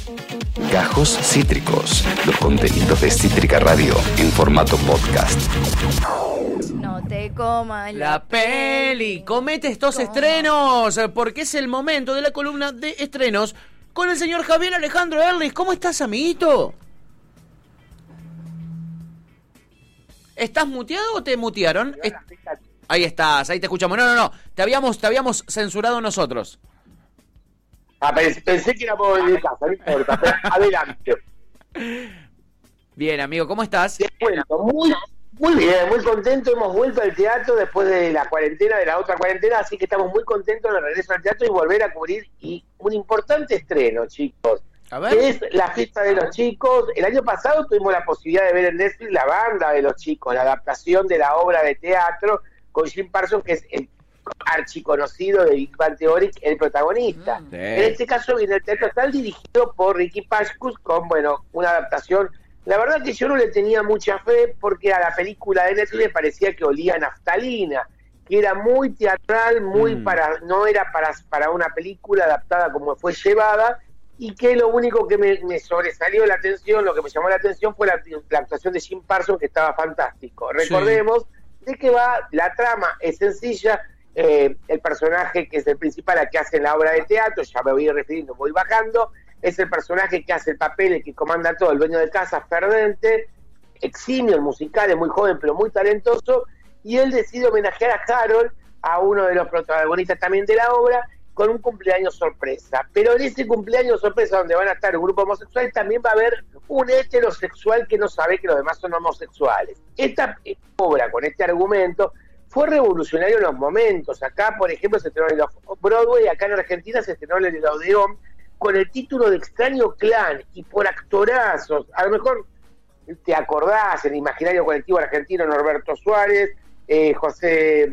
Gajos Cítricos, los contenidos de Cítrica Radio en formato podcast. No te comas La peli. Comete estos estrenos, porque es el momento de la columna de estrenos con el señor Javier Alejandro Erlich. ¿Cómo estás, amiguito? ¿Estás muteado o te mutearon? Ahí estás, ahí te escuchamos. No. Te habíamos censurado nosotros. Pensé que era por mi casa, no importa, pero adelante. Bien, amigo, ¿cómo estás? Muy bien, muy contento. Hemos vuelto al teatro después de la cuarentena, de la otra cuarentena, así que estamos muy contentos de regreso al teatro y volver a cubrir un importante estreno, chicos. A ver. Que es La Fiesta de los Chicos. El año pasado tuvimos la posibilidad de ver en Netflix La Banda de los Chicos, la adaptación de la obra de teatro con Jim Parsons, que es el archiconocido de Big Bang Theory, el protagonista. Sí. En este caso viene el teatro tal dirigido por Ricky Paskus con, una adaptación. La verdad que yo no le tenía mucha fe porque a la película de Netflix me parecía que olía a naftalina, que era muy teatral, no era para una película adaptada como fue llevada, y que lo único que me sobresalió la atención, lo que me llamó la atención fue la actuación de Jim Parsons, que estaba fantástico. Recordemos de qué va, la trama es sencilla. El personaje que es el principal, a que hace la obra de teatro, ya me voy refiriendo, voy bajando, es el personaje que hace el papel, el que comanda todo, el dueño de casa, Ferdente, eximio en musicales, muy joven pero muy talentoso, y él decide homenajear a Harold, a uno de los protagonistas también de la obra, con un cumpleaños sorpresa. Pero en ese cumpleaños sorpresa, donde van a estar un grupo homosexual, también va a haber un heterosexual que no sabe que los demás son homosexuales. Esta obra, con este argumento, fue revolucionario en los momentos. Acá, por ejemplo, se estrenó en el Broadway, acá en Argentina se estrenó en el Odeón, con el título de Extraño Clan, y por actorazos. A lo mejor te acordás, en el imaginario colectivo argentino, Norberto Suárez, José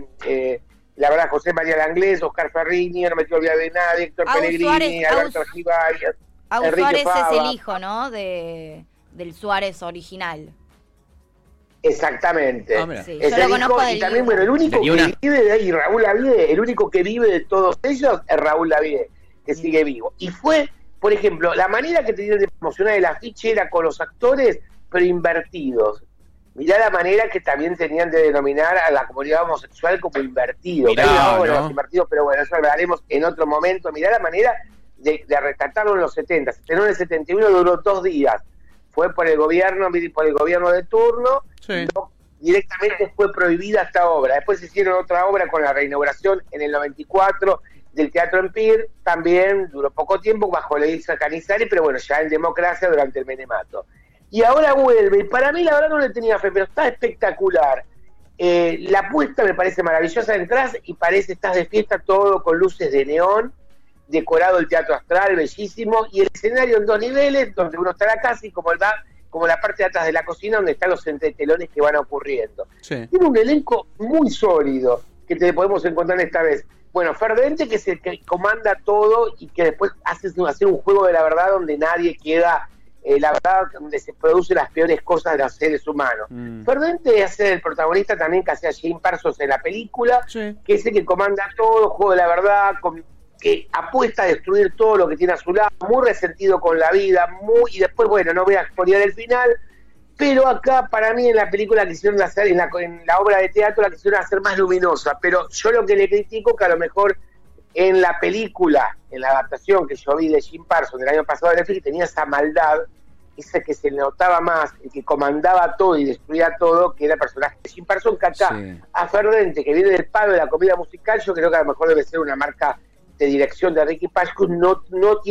María Langlés, Oscar Ferrini, no me quiero olvidar de nadie, Héctor Pellegrini, Alberto Argibay, Enrique Suárez Fava. es el hijo, ¿no? Del Suárez original. Exactamente. Sí, es yo lo el conozco hijo, del y también, libro. el único que vive de ahí, Raúl Lavie, el único que vive de todos ellos es Raúl Lavie, que sigue vivo. Y fue, por ejemplo, la manera que tenían de promocionar el afiche era con los actores, pero invertidos. Mirá la manera que también tenían de denominar a la comunidad homosexual como invertido. ¿No? Invertidos, pero bueno, eso lo hablaremos en otro momento. Mirá la manera de retratarlo en los 70. Se estrenó en el 71, duró 2 días. Fue por el gobierno de turno, directamente fue prohibida esta obra. Después hicieron otra obra con la reinauguración en el 94 del Teatro Empire, también duró poco tiempo bajo la ley Canizari, pero bueno, ya en democracia durante el menemato. Y ahora vuelve, y para mí la verdad no le tenía fe, pero está espectacular. La apuesta me parece maravillosa, entras y estás de fiesta, todo con luces de neón, decorado el Teatro Astral, bellísimo, y el escenario en 2 niveles, donde uno estará casi como la parte de atrás de la cocina, donde están los entretelones que van ocurriendo. Sí. Tiene un elenco muy sólido, que te podemos encontrar esta vez. Bueno, Ferdente, que es el que comanda todo, y que después hace un juego de la verdad donde nadie queda, la verdad, donde se producen las peores cosas de los seres humanos. Ferdente hace el protagonista también, que hacía Jim Parsons en la película, que es el que comanda todo, juego de la verdad, que apuesta a destruir todo lo que tiene a su lado, muy resentido con la vida, y después, bueno, no voy a expoliar el final, pero acá para mí en la película quisieron hacer, en la obra de teatro la quisieron hacer más luminosa, pero yo lo que le critico que a lo mejor en la película, en la adaptación que yo vi de Jim Parsons del año pasado de Netflix, tenía esa maldad, esa que se le notaba más, el que comandaba todo y destruía todo, que era el personaje de Jim Parsons, que acá, a Ferdente, que viene del palo de la comedia musical, yo creo que a lo mejor debe ser una marca de dirección de Ricky Paskus, no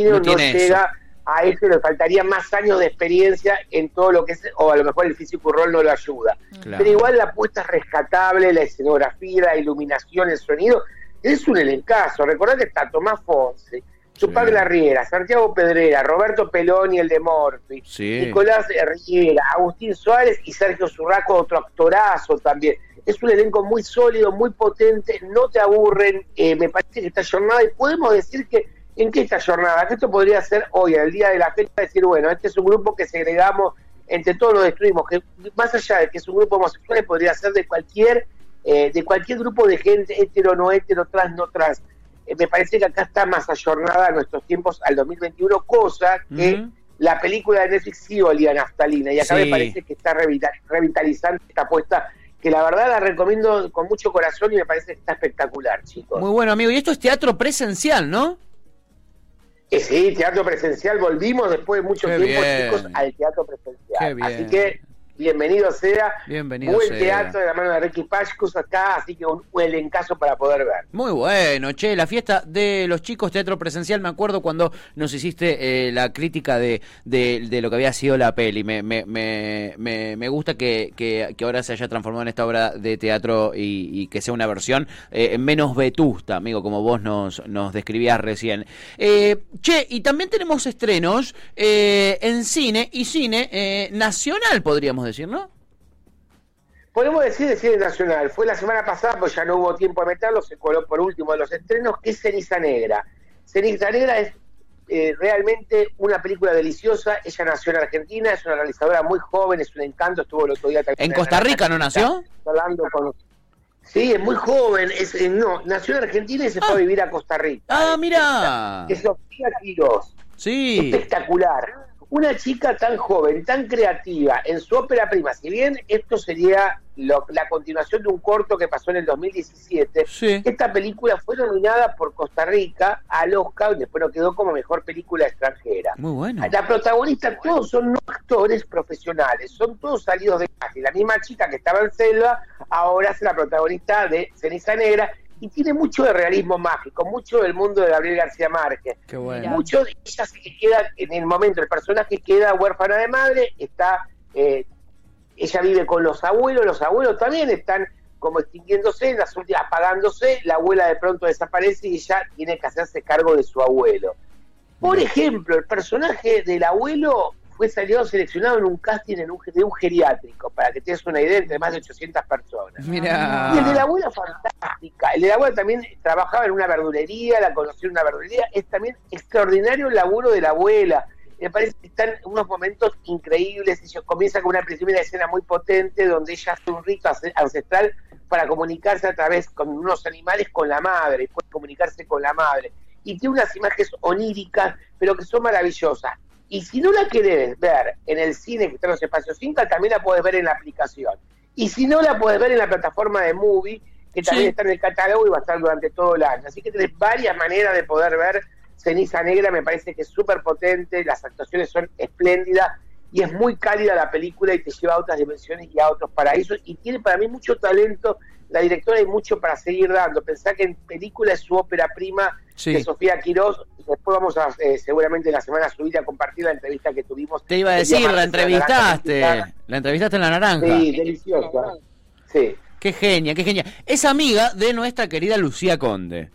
llega a eso, le faltaría más años de experiencia en todo lo que es, o a lo mejor el físico rol no lo ayuda. Claro. Pero igual la apuesta es rescatable, la escenografía, la iluminación, el sonido, es un elencazo. Recordad que está Tomás Fonse, Tupac Larriera, Santiago Pedrera, Roberto Peloni, el de Morphy, Nicolás Riera, Agustín Suárez y Sergio Zurraco, otro actorazo también. Es un elenco muy sólido, muy potente, no te aburren, me parece que esta jornada, y podemos decir que, ¿en qué esta jornada? Que esto podría ser hoy, al día de la fecha, decir, bueno, este es un grupo que segregamos, entre todos lo destruimos, que más allá de que es un grupo homosexual, podría ser de cualquier grupo de gente, hetero, no hetero, trans, no trans. me parece que acá está más ayornada a nuestros tiempos al 2021, cosa que la película de Netflix sí olía a naftalina, y acá me parece que está revitalizando esta apuesta, que la verdad la recomiendo con mucho corazón y me parece que está espectacular, chicos. Muy bueno, amigo. Y esto es teatro presencial, ¿no? Sí, teatro presencial. Volvimos después de mucho tiempo, bien. chicos, al teatro presencial. Qué bien. Así que bienvenido sea. Bienvenido Buen sea. teatro de la mano de Ricky Pashkus acá, así que un elencazo para poder ver. Muy bueno, che, la fiesta de los chicos, teatro presencial, me acuerdo cuando nos hiciste la crítica de lo que había sido la peli. Me gusta que ahora se haya transformado en esta obra de teatro y que sea una versión menos vetusta, amigo, como vos nos describías recién. Che, y también tenemos estrenos en cine y cine nacional, podríamos decir, ¿no? Podemos decir de cine nacional. Fue la semana pasada, pues ya no hubo tiempo de meterlo, se coló por último de los estrenos, que es Ceniza Negra. Ceniza Negra es realmente una película deliciosa. Ella nació en Argentina, es una realizadora muy joven, es un encanto, estuvo el otro día también. ¿En Costa Rica no nació? Hablando con... Sí, es muy joven, no, nació en Argentina y se fue a vivir a Costa Rica. Ah, mira. Es Sofía Quirós. Sí. Espectacular. Una chica tan joven, tan creativa, en su ópera prima, si bien esto sería la continuación de un corto que pasó en el 2017, sí. Esta película fue nominada por Costa Rica al Oscar, después nos quedó como mejor película extranjera. Muy bueno. La protagonista, todos son no actores profesionales, son todos salidos de clase. La misma chica que estaba en Selva, ahora es la protagonista de Ceniza Negra, y tiene mucho de realismo mágico, mucho del mundo de Gabriel García Márquez. Qué bueno. Mucho de ella se queda, en el momento, el personaje queda huérfana de madre, está, ella vive con los abuelos también están como extinguiéndose, las últimas apagándose, la abuela de pronto desaparece y ella tiene que hacerse cargo de su abuelo. Por ejemplo, el personaje del abuelo salió seleccionado en un casting de un geriátrico, para que te des una idea, entre más de 800 personas. Mira. Y el de la abuela, fantástica. El de la abuela también trabajaba en una verdulería, la conocí en una verdulería. Es también extraordinario el laburo de la abuela. Me parece que están unos momentos increíbles. Ella comienza con una primera escena muy potente, donde ella hace un rito ancestral para comunicarse a través con unos animales con la madre, puede comunicarse con la madre. Y tiene unas imágenes oníricas, pero que son maravillosas. Y si no la querés ver en el cine que está en los espacios Inca, también la podés ver en la aplicación. Y si no, la podés ver en la plataforma de Movie, que también está en el catálogo y va a estar durante todo el año. Así que tenés varias maneras de poder ver Ceniza Negra. Me parece que es súper potente, las actuaciones son espléndidas y es muy cálida la película y te lleva a otras dimensiones y a otros paraísos. Y tiene para mí mucho talento la directora, hay mucho para seguir dando. Pensá que en película es su ópera prima de Sofía Quirós. Después vamos a, seguramente la semana subir a compartir la entrevista que tuvimos. Te iba a decir, la entrevistaste en La Naranja. Sí, deliciosa. Sí. Qué genia, qué genia. Es amiga de nuestra querida Lucía Conde,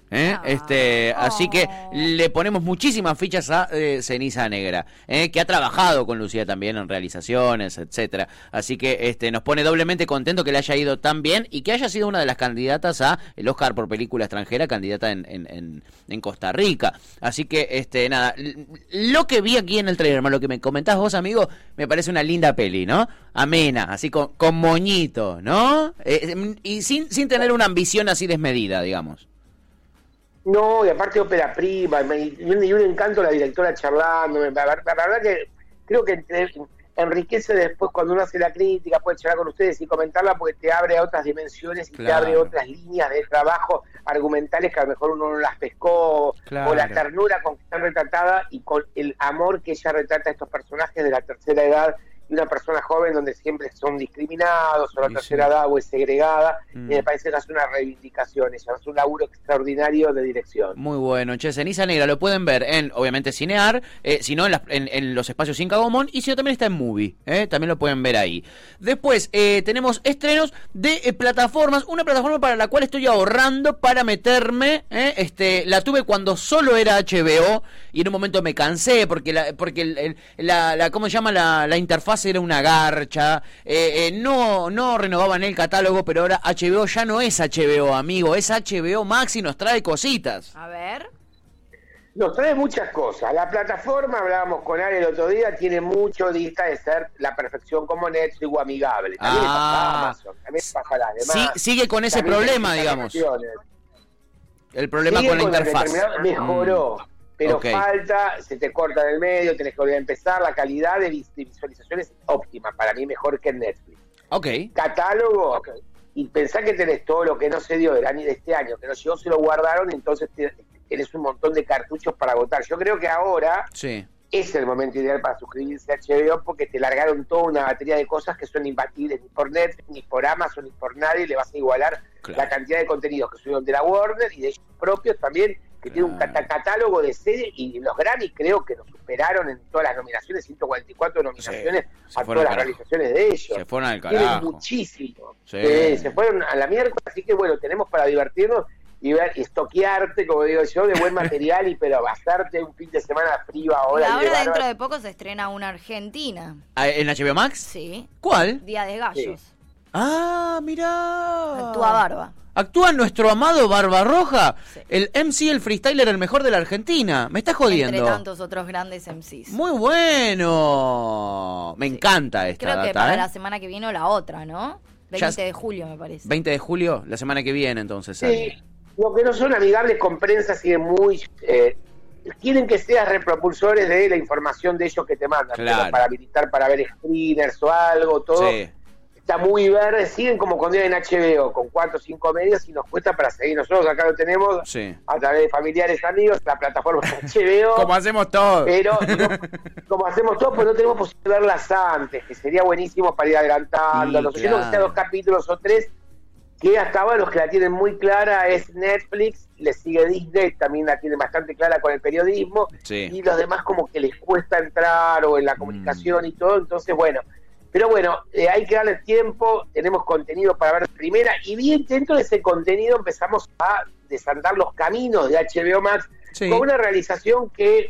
así que le ponemos muchísimas fichas a Ceniza Negra, que ha trabajado con Lucía también en realizaciones, etcétera. Así que nos pone doblemente contento que le haya ido tan bien y que haya sido una de las candidatas a el Oscar por película extranjera, candidata en Costa Rica. Así que nada, lo que vi aquí en el trailer, lo que me comentás vos, amigo, me parece una linda peli, ¿no? Amena, así con moñito, ¿no? Y sin tener una ambición así desmedida, digamos. No, y aparte ópera prima, y un encanto la directora charlando. La verdad que creo que enriquece después cuando uno hace la crítica, puede charlar con ustedes y comentarla porque te abre a otras dimensiones y te abre otras líneas de trabajo argumentales que a lo mejor uno no las pescó, o la ternura con que están retratadas y con el amor que ella retrata a estos personajes de la tercera edad y una persona joven donde siempre son discriminados o la tercera edad o es segregada, y me parece que hace una reivindicación, ella hace un laburo extraordinario de dirección. Muy bueno, che, Ceniza Negra lo pueden ver en, obviamente, Cinear, si no en los espacios Inca Gomón, y si no también está en Movie, también lo pueden ver ahí. Después tenemos estrenos de plataformas, una plataforma para la cual estoy ahorrando para meterme, la tuve cuando solo era HBO y en un momento me cansé porque la ¿cómo se llama? La interfaz era una garcha, no renovaban el catálogo, pero ahora HBO ya no es HBO, amigo, es HBO Max y nos trae cositas. A ver. Nos trae muchas cosas. La plataforma, hablábamos con Ari el otro día, tiene mucho lista de ser la perfección como Netflix o amigable. También pasa Amazon, también pasa las demás. Sí, sigue con ese problema, digamos. El problema sigue con la interfaz. Mejoró, pero Ok. falta, se te corta en el medio, tenés que volver a empezar, la calidad de visualización es óptima, para mí mejor que en Netflix. Ok. Catálogo, y pensá que tenés todo lo que no se dio del año de este año, que no llegó, se lo guardaron, entonces tenés un montón de cartuchos para agotar. Yo creo que ahora Sí. es el momento ideal para suscribirse a HBO porque te largaron toda una batería de cosas que son imbatibles, ni por Netflix, ni por Amazon, ni por nadie, le vas a igualar Claro. la cantidad de contenidos que subieron de la Warner y de ellos propios también, que tiene un catálogo de series, y los Grammy creo que nos superaron en todas las nominaciones, 144 nominaciones se a fueron todas al las carajo. realizaciones de ellos. Se fueron al Tienen carajo. muchísimo. Sí. Se fueron a la miércoles, así que bueno, tenemos para divertirnos y ver, y estoquearte, como digo yo, de buen material, y pero bastarte un fin de semana frío Y ahora. ahora dentro de poco se estrena una Argentina. Ah, ¿en HBO Max? Sí. ¿Cuál? Día de Gallos. Ah, mirá. Actúa Barba. Actúa nuestro amado Barbarroja, Sí. el MC, el freestyler, el mejor de la Argentina. Me estás jodiendo. Entre tantos otros grandes MCs. Muy bueno. Me encanta esta Creo que data, para ¿eh? la semana que viene o la otra, ¿no? Ya 20 de julio, me parece. 20 de julio, la semana que viene, entonces. Sí, los que no son amigables con prensa siguen muy... quieren que seas repropulsores de la información de ellos que te mandan. Claro. Pero para habilitar, para ver screeners o algo, todo. Sí. Está muy verde, siguen como cuando era en HBO, con 4 o 5 medios y nos cuesta para seguir. Nosotros acá lo tenemos Sí. a través de familiares, amigos, la plataforma de HBO. Como hacemos todos. Pero no, como hacemos todo, pues no tenemos posibilidad de verlas antes, que sería buenísimo para ir adelantando. Sí, Los que sea 2 capítulos o 3, que hasta ahora los que la tienen muy clara es Netflix, le sigue Disney, también la tienen bastante clara con el periodismo, Sí. y los demás como que les cuesta entrar o en la comunicación y todo, entonces bueno. Pero bueno, hay que darle tiempo, tenemos contenido para ver primera, y bien dentro de ese contenido empezamos a desandar los caminos de HBO Max, Sí. con una realización que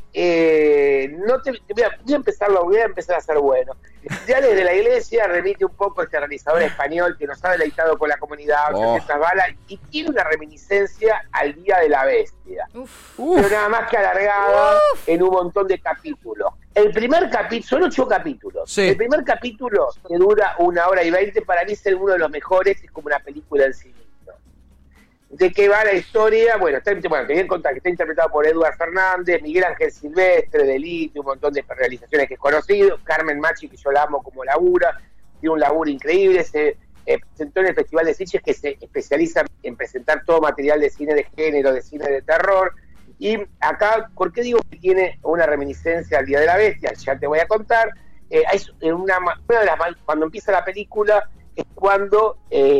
voy a empezar a hacer bueno. Ya desde la iglesia remite un poco este realizador español que nos ha deleitado con la comunidad, Oh. Bala, y tiene una reminiscencia al Día de la Bestia, Uf. pero nada más que alargada en un montón de capítulos. El primer capítulo, son 8 capítulos. Sí. El primer capítulo, que dura 1 hora y 20, para mí es uno de los mejores, es como una película en sí misma. ¿De qué va la historia? Bueno, te voy a contar que está interpretado por Edward Fernández, Miguel Ángel Silvestre, de Elite, un montón de realizaciones que es conocido, Carmen Machi, que yo la amo como labura, tiene un laburo increíble, se presentó en el Festival de Sitges, que se especializa en presentar todo material de cine de género, de cine de terror, y acá, ¿por qué digo que tiene una reminiscencia al Día de la Bestia? Ya te voy a contar. Es una de las, cuando empieza la película es cuando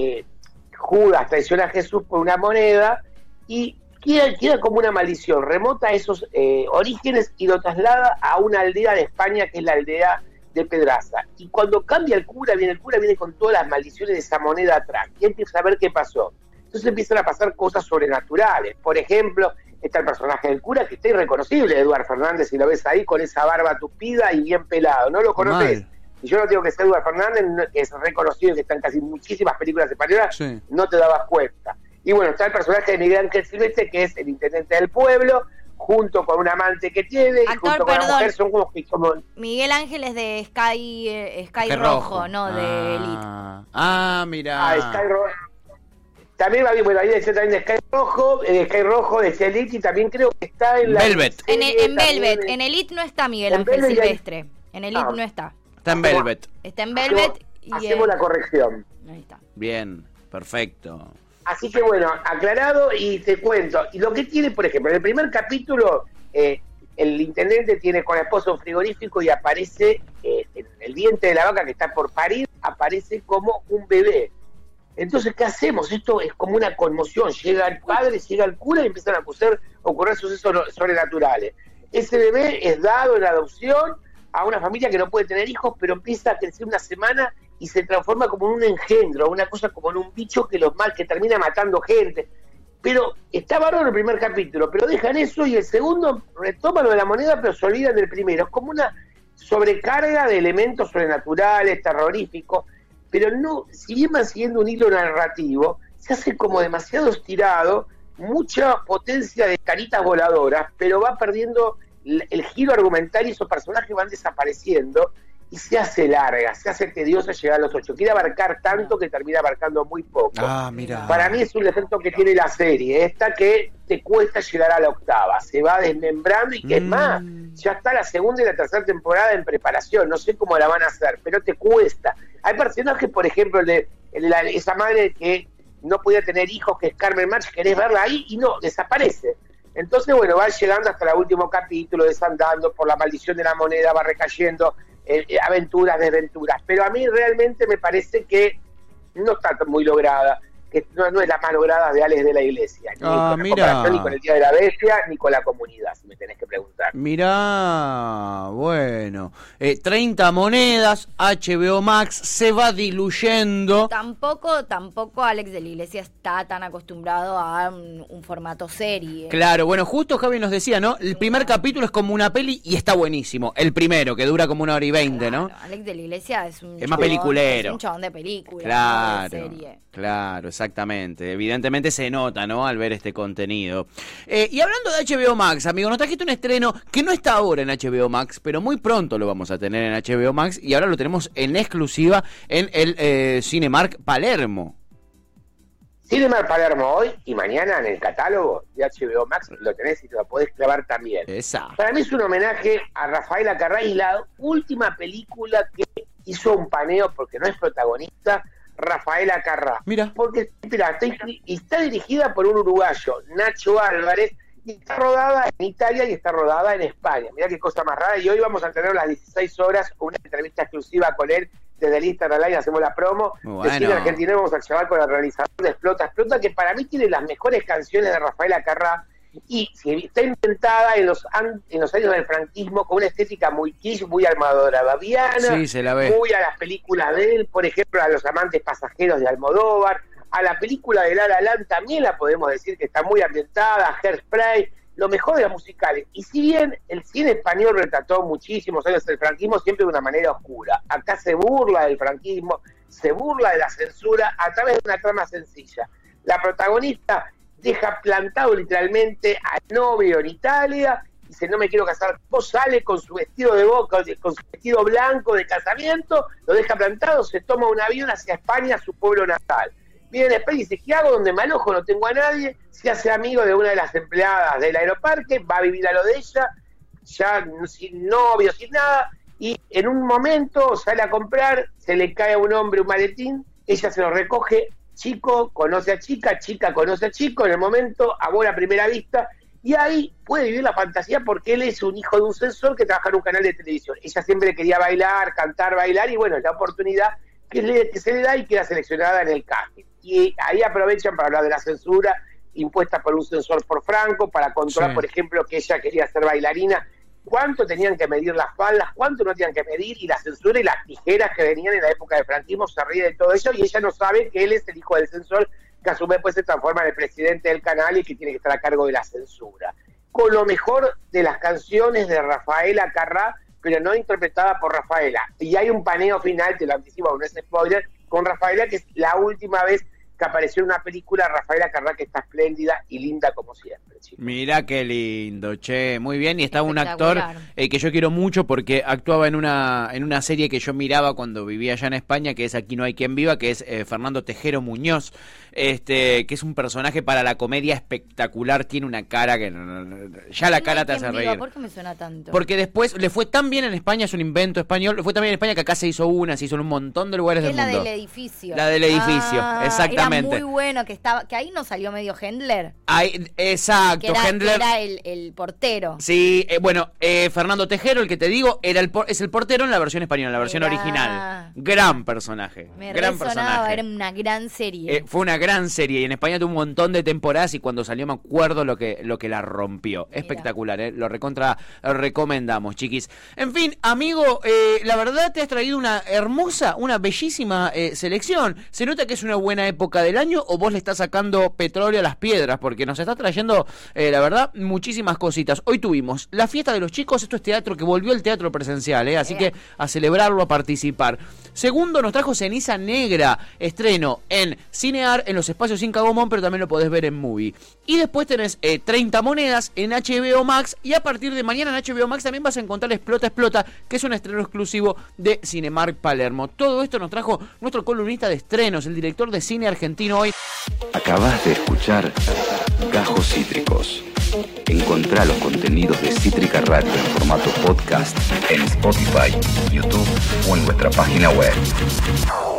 Judas traiciona a Jesús por una moneda y queda como una maldición, remota esos orígenes y lo traslada a una aldea de España que es la aldea de Pedraza. Y cuando cambia el cura viene con todas las maldiciones de esa moneda atrás y empieza a ver qué pasó. Entonces empiezan a pasar cosas sobrenaturales. Por ejemplo, está el personaje del cura que está irreconocible, Eduard Fernández, si lo ves ahí con esa barba tupida y bien pelado. ¿No lo conoces? Mal. Y yo no digo que sea Eduard Fernández, que es reconocido, que está en casi muchísimas películas españolas, Sí. no te dabas cuenta. Y bueno, está el personaje de Miguel Ángel Silvestre, que es el intendente del pueblo, junto con un amante que tiene, y Actor, junto con perdón. una mujer, son como Miguel Ángel es de Sky Rojo, no de Elite. Ah, mirá. Sky Rojo. También va bien, bueno, ahí decía también de Sky Rojo, de Elite, y también creo que está en la... Velvet. En serie Velvet, también. en Elite no está Miguel En Ángel Velvet ya hay- Silvestre. En Elite Ah. no está. Está en Velvet. Está en Velvet y Hacemos la corrección. ahí está. Bien, perfecto. Así que bueno, aclarado y te cuento. Y lo que tiene, por ejemplo, en el primer capítulo, el intendente tiene con la esposa un frigorífico y aparece en el diente de la vaca que está por parir, aparece como un bebé. Entonces, ¿qué hacemos? Esto es como una conmoción. Llega el padre, llega el cura y empiezan a ocurrir sucesos sobrenaturales. Ese bebé es dado en adopción a una familia que no puede tener hijos, pero empieza a crecer una semana y se transforma como en un engendro, una cosa como en un bicho que termina matando gente. Pero está bárbaro el primer capítulo, pero dejan eso y el segundo retoma lo de la moneda, pero se olvidan del primero. Es como una sobrecarga de elementos sobrenaturales, terroríficos, pero no, si bien van siguiendo un hilo narrativo, se hace como demasiado estirado, mucha potencia de caritas voladoras, pero va perdiendo el giro argumental y esos personajes van desapareciendo y se hace larga, se hace tediosa llegar a los 8. Quiere abarcar tanto que termina abarcando muy poco. Mira. Para mí es un defecto que tiene la serie, esta que te cuesta llegar a la 8ª, se va desmembrando y que es más, ya está la 2ª y la 3ª temporada en preparación, no sé cómo la van a hacer, pero te cuesta. Hay personajes, por ejemplo, esa madre que no podía tener hijos, que es Carmen March, querés verla ahí y no, desaparece. Entonces, bueno, va llegando hasta el último capítulo, desandando por la maldición de la moneda, va recayendo, aventuras, desventuras. Pero a mí realmente me parece que no está muy lograda, que no es la más lograda de Alex de la Iglesia, ni con la comparación, ni con el Día de la Bestia, ni con la Comunidad, si me tenés que preguntar. Mirá, bueno, 30 monedas, HBO Max se va diluyendo. Tampoco Alex de la Iglesia está tan acostumbrado a un formato serie. Claro, bueno, justo Javi nos decía, ¿no? El primer capítulo es como una peli y está buenísimo. El primero, que dura como 1h20, ¿no? Alex de la Iglesia es más peliculero. Es un chabón de película, claro, no de serie. Claro, exactamente. Evidentemente se nota, ¿no? Al ver este contenido. Y hablando de HBO Max, amigo, nos trajiste un estreno que no está ahora en HBO Max, pero muy pronto lo vamos a tener en HBO Max y ahora lo tenemos en exclusiva en el Cinemark Palermo. Cinemark Palermo hoy y mañana en el catálogo de HBO Max lo tenés y te lo podés clavar también. Exacto. Para mí es un homenaje a Rafael Acarrá y la última película que hizo un paneo, porque no es protagonista, Rafael Acarrá. Mira. Porque está dirigida por un uruguayo, Nacho Álvarez, y está rodada en Italia y está rodada en España. Mirá qué cosa más rara. Y hoy vamos a tener a las 16 horas una entrevista exclusiva con él desde el Instagram Live, hacemos la promo. Bueno. De Cine Argentino vamos a llevar con el realizador de Explota, que para mí tiene las mejores canciones de Rafael Acarrá y está inventada en los años del franquismo con una estética muy kitsch, muy almodoraviana, sí, se la ve. Muy a las películas de él, por ejemplo a Los amantes pasajeros de Almodóvar, a la película de La La Land también la podemos decir que está muy ambientada, Hairspray, lo mejor de las musicales. Y si bien el cine español retrató muchísimos años el franquismo siempre de una manera oscura, acá se burla del franquismo, se burla de la censura a través de una trama sencilla. La protagonista deja plantado literalmente al novio en Italia, dice no me quiero casar, vos sale con su vestido de boca, con su vestido blanco de casamiento, lo deja plantado, se toma un avión hacia España, su pueblo natal. Viene después y dice, ¿qué hago? Donde me alojo, no tengo a nadie, se hace amigo de una de las empleadas del aeroparque, va a vivir a lo de ella, ya sin novio, sin nada, y en un momento sale a comprar, se le cae a un hombre un maletín, ella se lo recoge, chico conoce a chica, chica conoce a chico, en el momento, amor a primera vista, y ahí puede vivir la fantasía porque él es un hijo de un censor que trabaja en un canal de televisión. Ella siempre quería bailar, cantar, bailar, y bueno, es la oportunidad que se le da y queda seleccionada en el casting. Y ahí aprovechan para hablar de la censura impuesta por un censor por Franco, para controlar, sí, por ejemplo, que ella quería ser bailarina, cuánto tenían que medir las faldas, cuánto no tenían que medir, y la censura y las tijeras que venían en la época del franquismo, se ríe de todo eso, y ella no sabe que él es el hijo del censor, que a su vez pues se transforma en el presidente del canal y que tiene que estar a cargo de la censura. Con lo mejor de las canciones de Rafael Acarrá, pero no interpretada por Rafaela. Y hay un paneo final, te lo anticipo, no es spoiler, con Rafaela, que es la última vez que apareció en una película, Rafaela Acarrá, que está espléndida y linda como siempre, chicos. Mirá qué lindo, che, muy bien. Y estaba un actor que yo quiero mucho porque actuaba en una serie que yo miraba cuando vivía allá en España, que es Aquí no hay quien viva, que es Fernando Tejero Muñoz, que es un personaje para la comedia espectacular, tiene una cara que ya la cara te hace reír. ¿Por qué me suena tanto? Porque después le fue tan bien en España, es un invento español, le fue tan bien en España que acá se hizo en un montón de lugares del mundo. La del edificio. La del edificio, exactamente. Era muy bueno, que ahí no salió medio Hendler. Ahí, exacto, Hendler. Que era el portero. Sí, bueno, Fernando Tejero, el que te digo, es el portero en la versión española, en la versión original. Gran personaje. Gran personaje. Era una gran serie. Fue una gran serie y en España tuvo un montón de temporadas y cuando salió me acuerdo lo que la rompió. Mira. Espectacular, lo recomendamos, chiquis. En fin, amigo, la verdad te has traído una hermosa, una bellísima selección. Se nota que es una buena época época del año o vos le estás sacando petróleo a las piedras, porque nos está trayendo, la verdad, muchísimas cositas. Hoy tuvimos la fiesta de los chicos, esto es teatro, que volvió el teatro presencial, así que a celebrarlo, a participar. Segundo, nos trajo Ceniza Negra, estreno en Cinear, en los espacios Inca Gomón, pero también lo podés ver en Movie. Y después tenés 30 monedas en HBO Max, y a partir de mañana en HBO Max también vas a encontrar Explota, Explota, que es un estreno exclusivo de Cinemark Palermo. Todo esto nos trajo nuestro columnista de estrenos, el director de cine argentino hoy. Acabas de escuchar Gajos Cítricos. Encontrá los contenidos de Cítrica Radio en formato podcast en Spotify, YouTube o en nuestra página web.